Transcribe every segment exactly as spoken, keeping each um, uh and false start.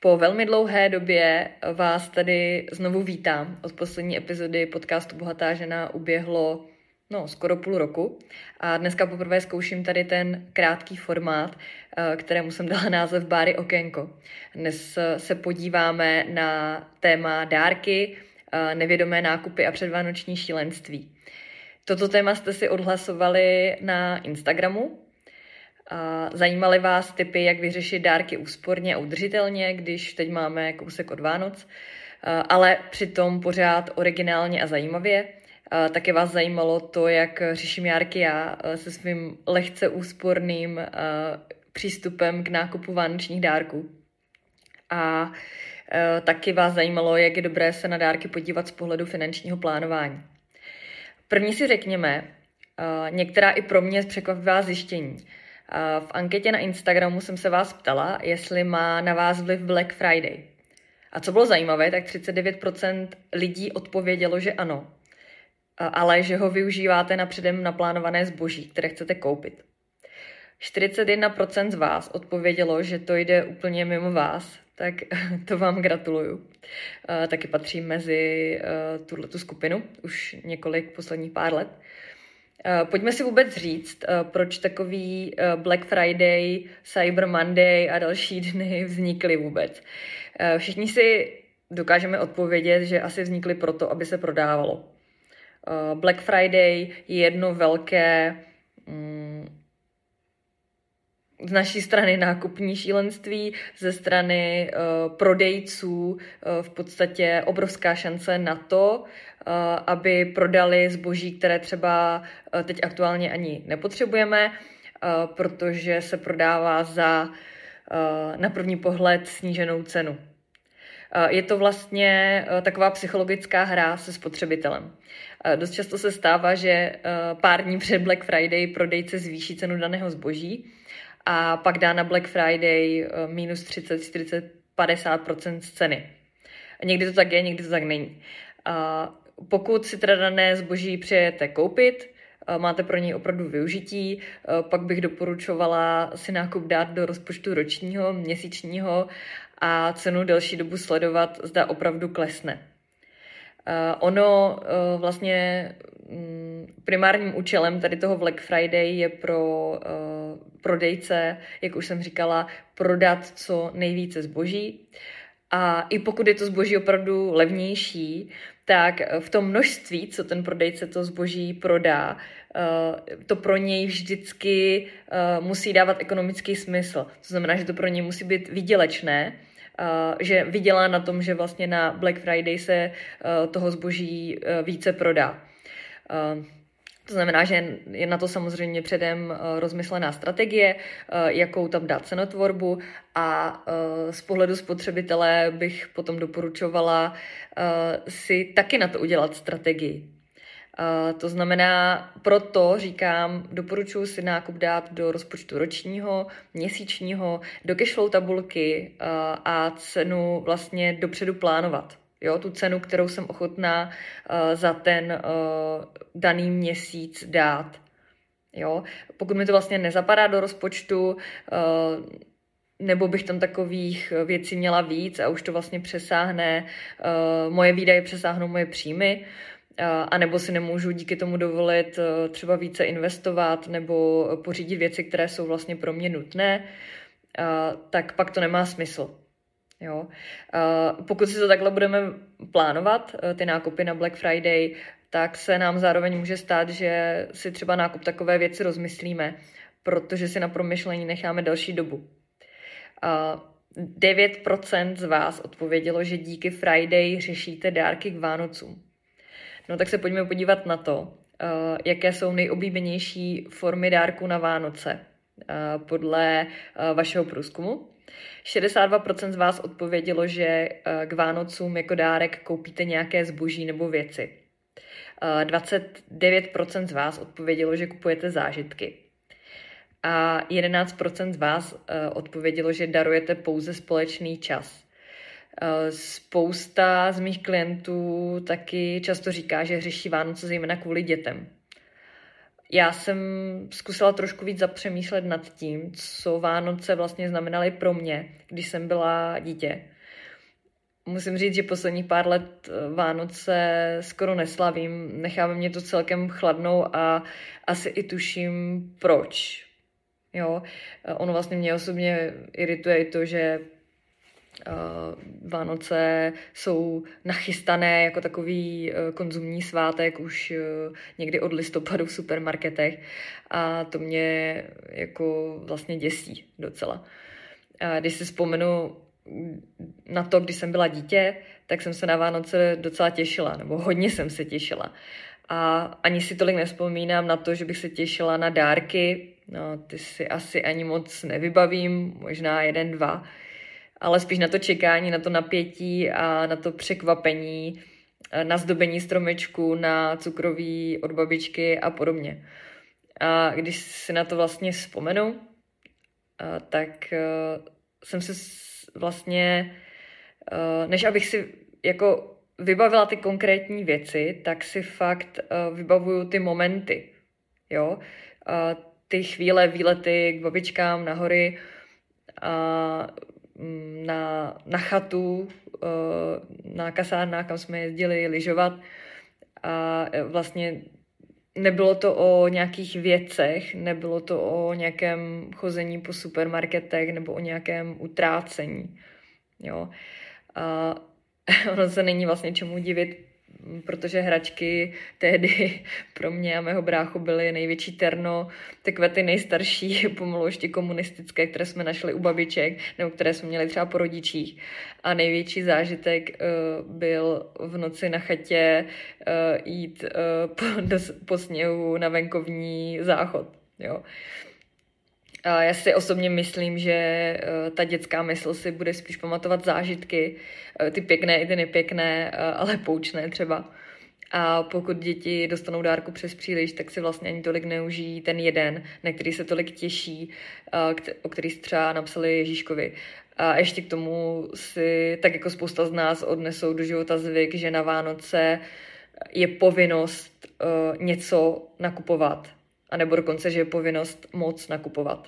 Po velmi dlouhé době vás tady znovu vítám. Od poslední epizody podcastu Bohatá žena uběhlo no, skoro půl roku a dneska poprvé zkouším tady ten krátký formát, kterému jsem dala název Báry okénko. Dnes se podíváme na téma dárky, nevědomé nákupy a předvánoční šílenství. Toto téma jste si odhlasovali na Instagramu. Zajímaly vás tipy, jak vyřešit dárky úsporně a udržitelně, když teď máme kousek od Vánoc, ale přitom pořád originálně a zajímavě. Také vás zajímalo to, jak řeším dárky já se svým lehce úsporným přístupem k nákupu vánočních dárků. A taky vás zajímalo, jak je dobré se na dárky podívat z pohledu finančního plánování. První si řekněme některá i pro mě překvapivá zjištění. V anketě na Instagramu jsem se vás ptala, jestli má na vás vliv Black Friday. A co bylo zajímavé, tak třicet devět procent lidí odpovědělo, že ano, ale že ho využíváte na předem naplánované zboží, které chcete koupit. čtyřicet jedna procent z vás odpovědělo, že to jde úplně mimo vás, tak to vám gratuluju. Taky patřím mezi tuhletu skupinu už několik posledních pár let. Pojďme si vůbec říct, proč takový Black Friday, Cyber Monday a další dny vznikly vůbec. Všichni si dokážeme odpovědět, že asi vznikly proto, aby se prodávalo. Black Friday je jedno velké z naší strany nákupní šílenství, ze strany uh, prodejců uh, v podstatě obrovská šance na to, uh, aby prodali zboží, které třeba uh, teď aktuálně ani nepotřebujeme, uh, protože se prodává za uh, na první pohled sníženou cenu. Uh, je to vlastně uh, taková psychologická hra se spotřebitelem. Uh, dost často se stává, že uh, pár dní před Black Friday prodejce zvýší cenu daného zboží, a pak dá na Black Friday minus třicet, čtyřicet, padesát procent z ceny. Někdy to tak je, někdy to tak není. A pokud si teda dané zboží přejete koupit, máte pro něj opravdu využití, pak bych doporučovala si nákup dát do rozpočtu ročního, měsíčního a cenu delší dobu sledovat, zda opravdu klesne. Ono vlastně primárním účelem tady toho Black Friday je pro uh, prodejce, jak už jsem říkala, prodat co nejvíce zboží. A i pokud je to zboží opravdu levnější, tak v tom množství, co ten prodejce to zboží prodá, uh, to pro něj vždycky uh, musí dávat ekonomický smysl. To znamená, že to pro něj musí být výdělečné, Uh, že vydělá na tom, že vlastně na Black Friday se uh, toho zboží uh, více prodá. Uh, to znamená, že je na to samozřejmě předem uh, rozmyslená strategie, uh, jakou tam dát cenotvorbu a uh, z pohledu spotřebitele bych potom doporučovala uh, si taky na to udělat strategii. Uh, to znamená, proto říkám, doporučuji si nákup dát do rozpočtu ročního, měsíčního, do cashflow tabulky uh, a cenu vlastně dopředu plánovat. Jo, tu cenu, kterou jsem ochotná uh, za ten uh, daný měsíc dát. Jo, pokud mi to vlastně nezapadá do rozpočtu, uh, nebo bych tam takových věcí měla víc a už to vlastně přesáhne, uh, moje výdaje přesáhnou moje příjmy, a nebo si nemůžu díky tomu dovolit třeba více investovat nebo pořídit věci, které jsou vlastně pro mě nutné, tak pak to nemá smysl. Jo? Pokud si to takhle budeme plánovat, ty nákupy na Black Friday, tak se nám zároveň může stát, že si třeba nákup takové věci rozmyslíme, protože si na promyšlení necháme další dobu. devět procent z vás odpovědělo, že díky Friday řešíte dárky k Vánocům. No tak se pojďme podívat na to, uh, jaké jsou nejoblíbenější formy dárku na Vánoce uh, podle uh, vašeho průzkumu. šedesát dva procent z vás odpovědělo, že uh, k Vánocům jako dárek koupíte nějaké zboží nebo věci. Uh, dvacet devět procent z vás odpovědělo, že kupujete zážitky. A jedenáct procent z vás uh, odpovědělo, že darujete pouze společný čas. Spousta z mých klientů taky často říká, že řeší Vánoce zejména kvůli dětem. já jsem zkusila trošku víc zapřemýšlet nad tím, co Vánoce vlastně znamenaly pro mě, když jsem byla dítě. Musím říct, že posledních pár let Vánoce skoro neslavím, necháme mě to celkem chladnou a asi i tuším proč. Jo? Ono vlastně mě osobně irituje i to, že uh, Vánoce jsou nachystané jako takový uh, konzumní svátek už uh, někdy od listopadu v supermarketech a to mě jako vlastně děsí docela. A když si vzpomenu na to, když jsem byla dítě, tak jsem se na Vánoce docela těšila, nebo hodně jsem se těšila. A ani si tolik nevzpomínám na to, že bych se těšila na dárky, no ty si asi ani moc nevybavím, možná jeden, dva, ale spíš na to čekání, na to napětí a na to překvapení, na zdobení stromečku, na cukroví od babičky a podobně. A když si na to vlastně vzpomenu, tak jsem se vlastně, než abych si jako vybavila ty konkrétní věci, tak si fakt vybavuju ty momenty, jo. Ty chvíle, výlety k babičkám na hory, na, na chatu, na kasárnách, kam jsme jezdili lyžovat a vlastně nebylo to o nějakých věcech, nebylo to o nějakém chození po supermarketech nebo o nějakém utrácení. Jo. A ono se není vlastně čemu divit, protože hračky tehdy pro mě a mého bráchu byly největší terno, takové ty nejstarší, pomalu ještě komunistické, které jsme našli u babiček, nebo které jsme měli třeba po rodičích. A největší zážitek uh, byl v noci na chatě uh, jít uh, po, do, po sněhu na venkovní záchod. Jo. A já si osobně myslím, že uh, ta dětská mysl si bude spíš pamatovat zážitky, uh, ty pěkné i ty nepěkné, uh, ale poučné třeba. A pokud děti dostanou dárku přes příliš, tak si vlastně ani tolik neužijí ten jeden, na který se tolik těší, uh, o který si třeba napsali Ježíškovi. A ještě k tomu si, tak jako spousta z nás odnesou do života zvyk, že na Vánoce je povinnost uh, něco nakupovat. A nebo dokonce, že je povinnost moc nakupovat.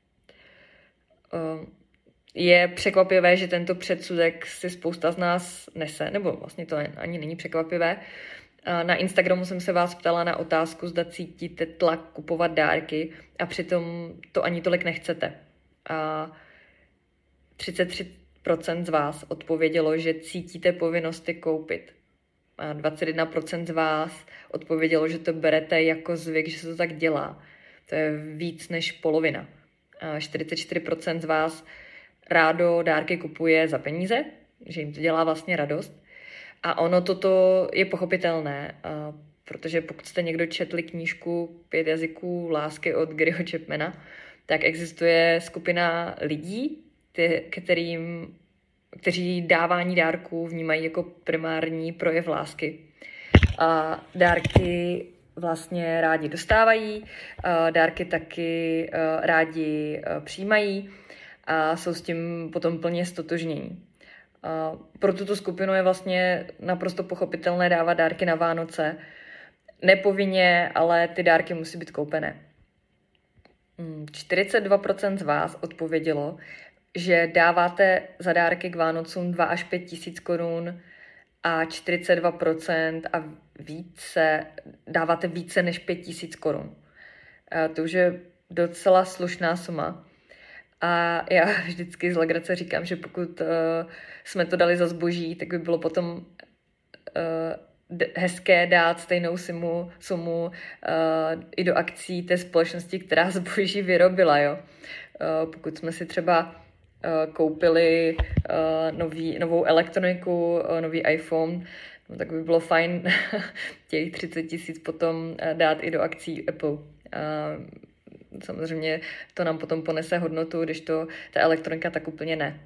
Uh, je překvapivé, že tento předsudek si spousta z nás nese, nebo vlastně to ani není překvapivé. Uh, na Instagramu jsem se vás ptala na otázku, zda cítíte tlak kupovat dárky a přitom to ani tolik nechcete. A třicet tři procent z vás odpovědělo, že cítíte povinnost je koupit. A dvacet jedna procent z vás odpovědělo, že to berete jako zvyk, že se to tak dělá. To je víc než polovina. A čtyřicet čtyři procent z vás rádo dárky kupuje za peníze, že jim to dělá vlastně radost. A ono toto je pochopitelné, protože pokud jste někdo četli knížku Pět jazyků lásky od Garyho Chapmana, tak existuje skupina lidí, kterým, kteří dávání dárků vnímají jako primární projev lásky. A dárky vlastně rádi dostávají, dárky taky rádi přijímají a jsou s tím potom plně stotožnění. Pro tuto skupinu je vlastně naprosto pochopitelné dávat dárky na Vánoce. Nepovinně, ale ty dárky musí být koupené. čtyřicet dva procent z vás odpovědělo, že dáváte za dárky k Vánocům dva až pět tisíc korun a čtyřicet dva procent a více, dáváte více než pět tisíc korun. To už je docela slušná suma. A já vždycky z legrace říkám, že pokud uh, jsme to dali za zboží, tak by bylo potom uh, d- hezké dát stejnou sumu, sumu uh, i do akcí té společnosti, která zboží vyrobila. Jo? Uh, pokud jsme si třeba uh, koupili uh, nový, novou elektroniku, uh, nový iPhone, no, tak by bylo fajn těch třicet tisíc potom uh, dát i do akcí Apple. Uh, Samozřejmě to nám potom ponese hodnotu, když to ta elektronika tak úplně ne.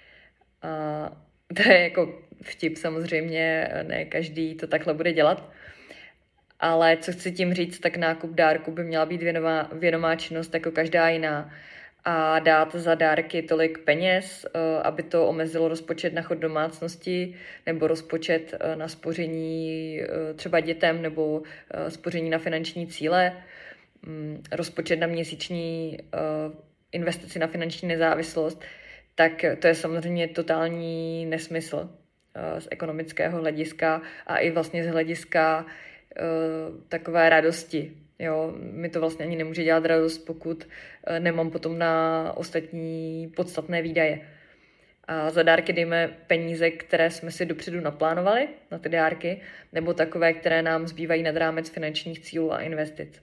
A to je jako vtip samozřejmě, ne každý to takhle bude dělat. Ale co chci tím říct, tak nákup dárku by měla být věnová, vědomá činnost jako každá jiná. A dát za dárky tolik peněz, aby to omezilo rozpočet na chod domácnosti nebo rozpočet na spoření třeba dětem nebo spoření na finanční cíle, mm, rozpočet na měsíční uh, investici na finanční nezávislost, tak to je samozřejmě totální nesmysl uh, z ekonomického hlediska a i vlastně z hlediska uh, takové radosti. Jo, mi to vlastně ani nemůže dělat radost, pokud uh, nemám potom na ostatní podstatné výdaje. A za dárky dejme peníze, které jsme si dopředu naplánovali na ty dárky, nebo takové, které nám zbývají nad rámec finančních cílů a investic.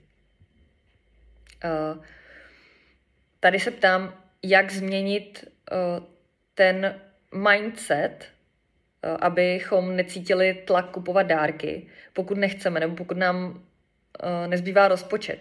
Uh, tady se ptám, jak změnit uh, ten mindset, uh, abychom necítili tlak kupovat dárky, pokud nechceme, nebo pokud nám uh, nezbývá rozpočet.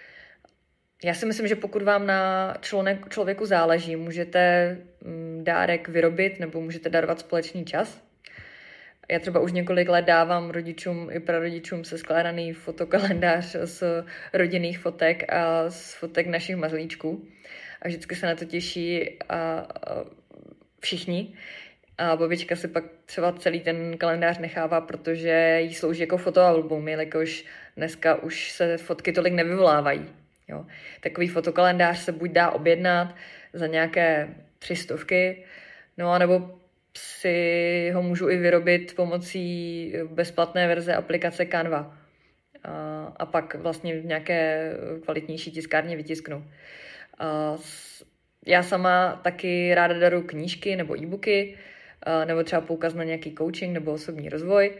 Já si myslím, že pokud vám na člověk, člověku záleží, můžete mm, dárek vyrobit nebo můžete darovat společný čas. Já třeba už několik let dávám rodičům i prarodičům seskládaný fotokalendář z rodinných fotek a z fotek našich mazlíčků. A vždycky se na to těší a, a všichni. A babička si pak třeba celý ten kalendář nechává, protože jí slouží jako fotoalbum, jelikož dneska už se fotky tolik nevyvolávají. Jo. Takový fotokalendář se buď dá objednat za nějaké tři stovky, no a nebo si ho můžu i vyrobit pomocí bezplatné verze aplikace Canva. A, a pak vlastně v nějaké kvalitnější tiskárně vytisknu. A já sama taky ráda daruju knížky nebo e-booky, nebo třeba poukaz na nějaký coaching nebo osobní rozvoj,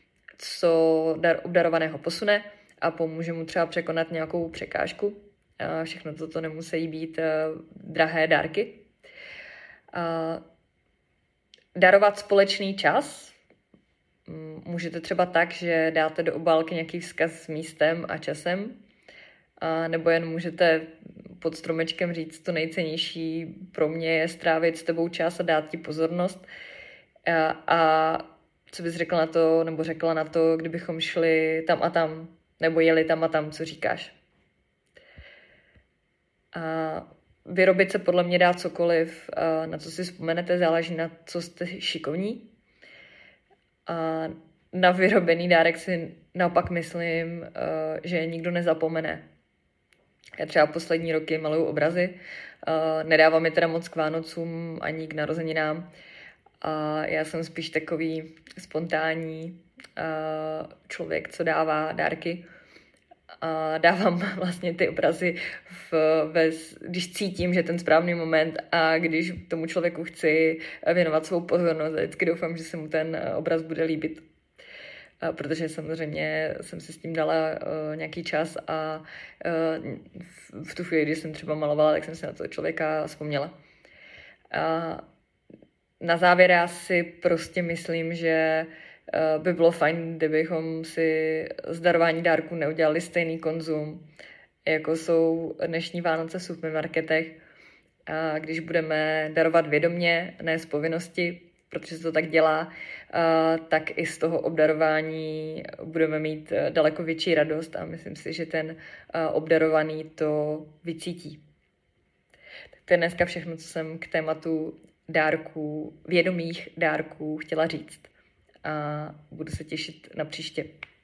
co dar, obdarovaného posune a pomůže mu třeba překonat nějakou překážku. A všechno toto nemusí být uh, drahé dárky. Uh, darovat společný čas můžete třeba tak, že dáte do obálky nějaký vzkaz s místem a časem, a nebo jen můžete pod stromečkem říct, to nejcennější pro mě je strávit s tebou čas a dát ti pozornost. A, a co bys řekla na to, nebo řekla na to, kdybychom šli tam a tam, nebo jeli tam a tam, co říkáš. A vyrobit se podle mě dá cokoliv, na co si vzpomenete, záleží na co jste šikovní. A na vyrobený dárek si naopak myslím, že nikdo nezapomene. Já třeba poslední roky maluju obrazy, nedávám je teda moc k Vánocům ani k narozeninám. A já jsem spíš takový spontánní člověk, co dává dárky. A dávám vlastně ty obrazy, v, ve, když cítím, že ten správný moment a když tomu člověku chci věnovat svou pozornost. A vždycky doufám, že se mu ten obraz bude líbit. A protože samozřejmě jsem si s tím dala uh, nějaký čas a uh, v tu chvíli, kdy jsem třeba malovala, tak jsem si na toho člověka vzpomněla. A na závěr já si prostě myslím, že by bylo fajn, kdybychom si z darování dárků neudělali stejný konzum, jako jsou dnešní Vánoce v supermarketech. A když budeme darovat vědomě, ne z povinnosti, protože se to tak dělá, tak i z toho obdarování budeme mít daleko větší radost a myslím si, že ten obdarovaný to vycítí. Tak to je dneska všechno, co jsem k tématu dárků, vědomých dárků chtěla říct. A budu se těšit na příště.